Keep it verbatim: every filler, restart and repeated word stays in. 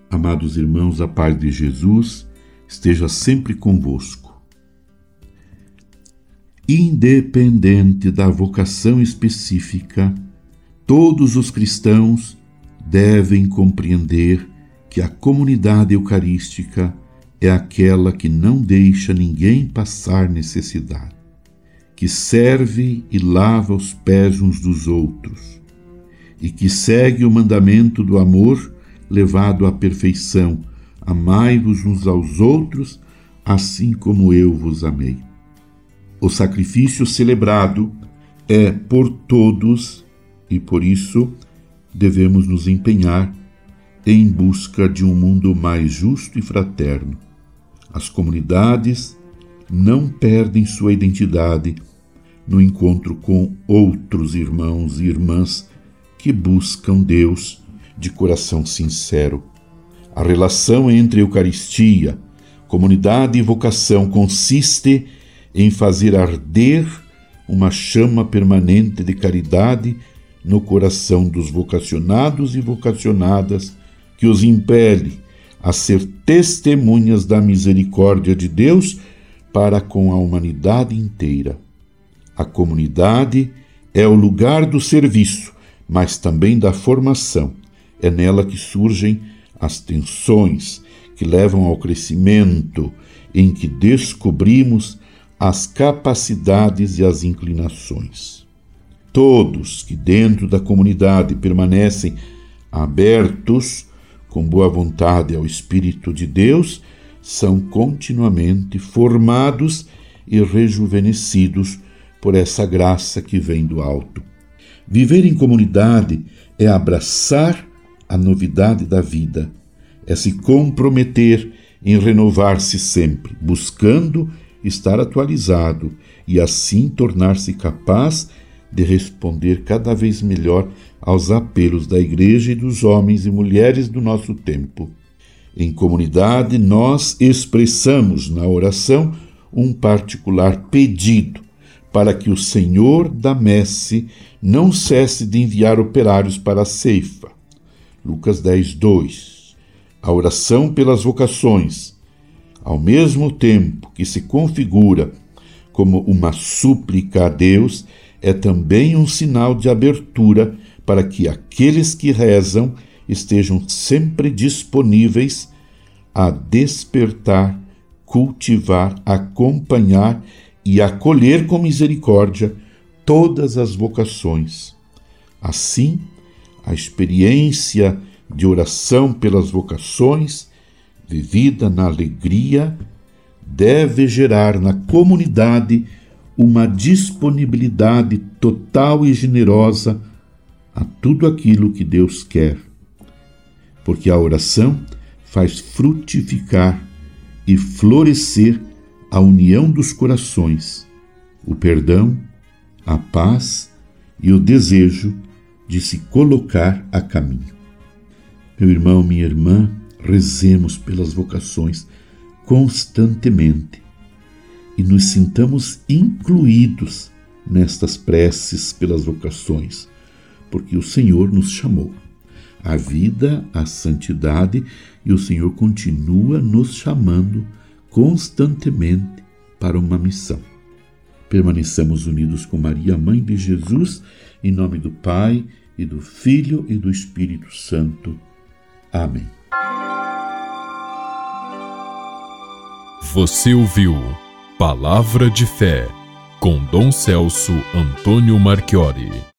Amados irmãos, a paz de Jesus esteja sempre convosco. Independente da vocação específica, todos os cristãos devem compreender que a comunidade eucarística é aquela que não deixa ninguém passar necessidade, que serve e lava os pés uns dos outros, e que segue o mandamento do amor levado à perfeição: amai-vos uns aos outros, assim como eu vos amei. O sacrifício celebrado é por todos e, por isso, devemos nos empenhar em busca de um mundo mais justo e fraterno. As comunidades não perdem sua identidade no encontro com outros irmãos e irmãs que buscam Deus de coração sincero. A relação entre Eucaristia, comunidade e vocação consiste em fazer arder uma chama permanente de caridade no coração dos vocacionados e vocacionadas, que os impele a ser testemunhas da misericórdia de Deus para com a humanidade inteira. A comunidade é o lugar do serviço, mas também da formação. É nela que surgem as tensões que levam ao crescimento, em que descobrimos as capacidades e as inclinações. Todos que dentro da comunidade permanecem abertos, com boa vontade ao Espírito de Deus, são continuamente formados e rejuvenescidos por essa graça que vem do alto. Viver em comunidade é abraçar a novidade da vida, é se comprometer em renovar-se sempre, buscando estar atualizado e assim tornar-se capaz de responder cada vez melhor aos apelos da Igreja e dos homens e mulheres do nosso tempo. Em comunidade, nós expressamos na oração um particular pedido para que o Senhor da messe não cesse de enviar operários para a ceifa. Lucas dez, dois. A oração pelas vocações, ao mesmo tempo que se configura como uma súplica a Deus, é também um sinal de abertura para que aqueles que rezam estejam sempre disponíveis a despertar, cultivar, acompanhar e acolher com misericórdia todas as vocações. Assim, a experiência de oração pelas vocações, vivida na alegria, deve gerar na comunidade uma disponibilidade total e generosa a tudo aquilo que Deus quer, porque a oração faz frutificar e florescer a união dos corações, o perdão, a paz e o desejo de se colocar a caminho. Meu irmão, minha irmã, rezemos pelas vocações constantemente e nos sintamos incluídos nestas preces pelas vocações, porque o Senhor nos chamou à vida, à santidade, e o Senhor continua nos chamando constantemente para uma missão. Permaneçamos unidos com Maria, Mãe de Jesus, em nome do Pai, e do Filho e do Espírito Santo. Amém. Você ouviu Palavra de Fé, com Dom Celso Antônio Marchiori.